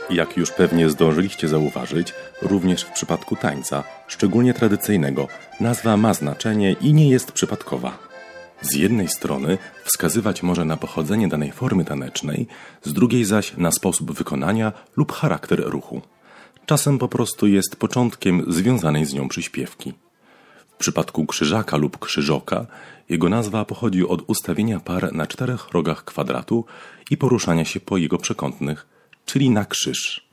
Jak już pewnie zdążyliście zauważyć, również w przypadku tańca, szczególnie tradycyjnego, nazwa ma znaczenie i nie jest przypadkowa. Z jednej strony wskazywać może na pochodzenie danej formy tanecznej, z drugiej zaś na sposób wykonania lub charakter ruchu. Czasem po prostu jest początkiem związanej z nią przyśpiewki. W przypadku krzyżaka lub krzyżoka jego nazwa pochodzi od ustawienia par na 4 rogach kwadratu i poruszania się po jego przekątnych, czyli na krzyż.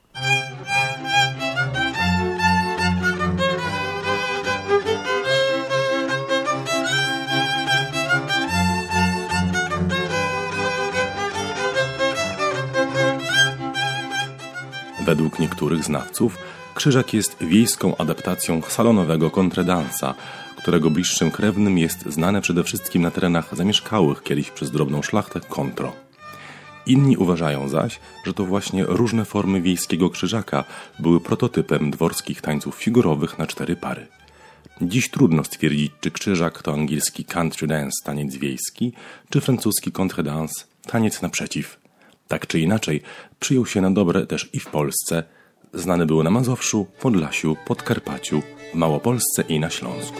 Według niektórych znawców krzyżak jest wiejską adaptacją salonowego kontredansa, którego bliższym krewnym jest znane przede wszystkim na terenach zamieszkałych kiedyś przez drobną szlachtę contro. Inni uważają zaś, że to właśnie różne formy wiejskiego krzyżaka były prototypem dworskich tańców figurowych na 4 pary. Dziś trudno stwierdzić, czy krzyżak to angielski country dance, taniec wiejski, czy francuski contredance, taniec naprzeciw. Tak czy inaczej, przyjął się na dobre też i w Polsce. Znany był na Mazowszu, Podlasiu, Podkarpaciu, w Małopolsce i na Śląsku.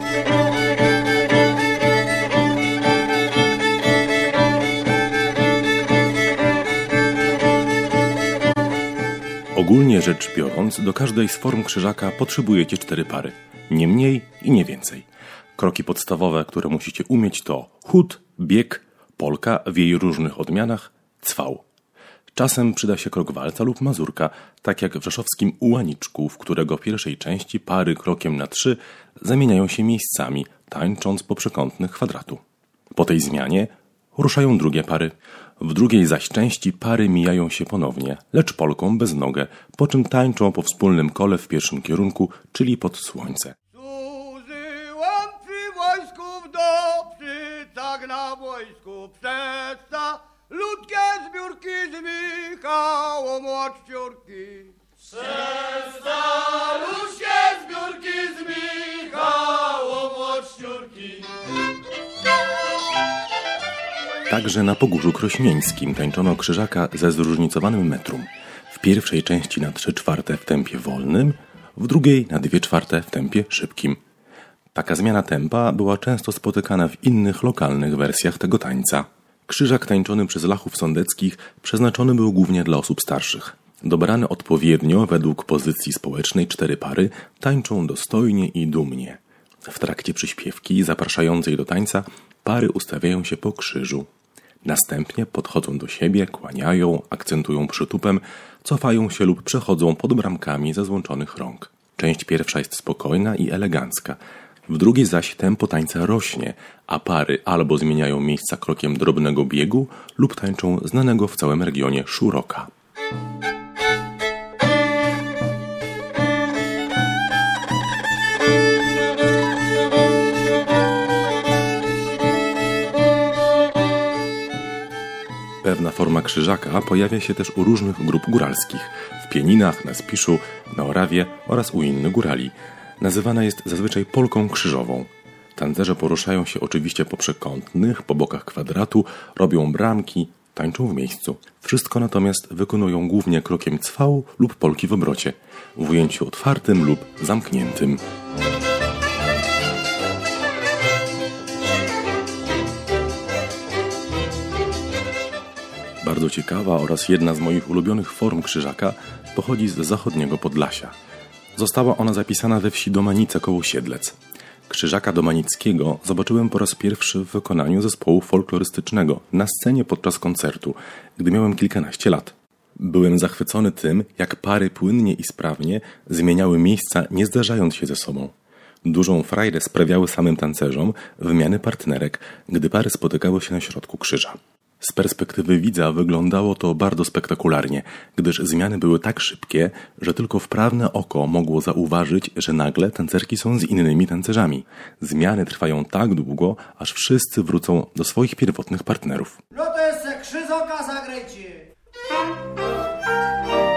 Ogólnie rzecz biorąc, do każdej z form krzyżaka potrzebujecie 4 pary. Nie mniej i nie więcej. Kroki podstawowe, które musicie umieć, to chód, bieg, polka w jej różnych odmianach, cwał. Czasem przyda się krok walca lub mazurka, tak jak w rzeszowskim ułaniczku, w którego w pierwszej części pary krokiem na 3 zamieniają się miejscami, tańcząc po przekątnych kwadratu. Po tej zmianie ruszają drugie pary. W drugiej zaś części pary mijają się ponownie, lecz polką bez nogę, po czym tańczą po wspólnym kole w pierwszym kierunku, czyli pod słońce. Służyłam przy wojsku w dobrzy, tak na wojsku przesta, ludkie zbiórki zmychało młodzciurki. Przesta ludkie zbiórki zmychało młodzciurki. Także na Pogórzu Krośnieńskim tańczono krzyżaka ze zróżnicowanym metrum. W pierwszej części na 3/4 w tempie wolnym, w drugiej na 2/4 w tempie szybkim. Taka zmiana tempa była często spotykana w innych lokalnych wersjach tego tańca. Krzyżak tańczony przez lachów sądeckich przeznaczony był głównie dla osób starszych. Dobrane odpowiednio według pozycji społecznej 4 pary tańczą dostojnie i dumnie. W trakcie przyśpiewki zapraszającej do tańca pary ustawiają się po krzyżu. Następnie podchodzą do siebie, kłaniają, akcentują przytupem, cofają się lub przechodzą pod bramkami ze złączonych rąk. Część pierwsza jest spokojna i elegancka. W drugiej zaś tempo tańca rośnie, a pary albo zmieniają miejsca krokiem drobnego biegu lub tańczą znanego w całym regionie szuroka. Pewna forma krzyżaka pojawia się też u różnych grup góralskich, w Pieninach, na Spiszu, na Orawie oraz u innych górali. Nazywana jest zazwyczaj polką krzyżową. Tancerze poruszają się oczywiście po przekątnych, po bokach kwadratu, robią bramki, tańczą w miejscu. Wszystko natomiast wykonują głównie krokiem cwału lub polki w obrocie, w ujęciu otwartym lub zamkniętym. Bardzo ciekawa oraz jedna z moich ulubionych form krzyżaka pochodzi z zachodniego Podlasia. Została ona zapisana we wsi Domanice koło Siedlec. Krzyżaka domanickiego zobaczyłem po raz pierwszy w wykonaniu zespołu folklorystycznego na scenie podczas koncertu, gdy miałem kilkanaście lat. Byłem zachwycony tym, jak pary płynnie i sprawnie zmieniały miejsca, nie zdarzając się ze sobą. Dużą frajdę sprawiały samym tancerzom wymiany partnerek, gdy pary spotykały się na środku krzyża. Z perspektywy widza wyglądało to bardzo spektakularnie, gdyż zmiany były tak szybkie, że tylko wprawne oko mogło zauważyć, że nagle tancerki są z innymi tancerzami. Zmiany trwają tak długo, aż wszyscy wrócą do swoich pierwotnych partnerów. No to jest krzyżoka, zagrajcie!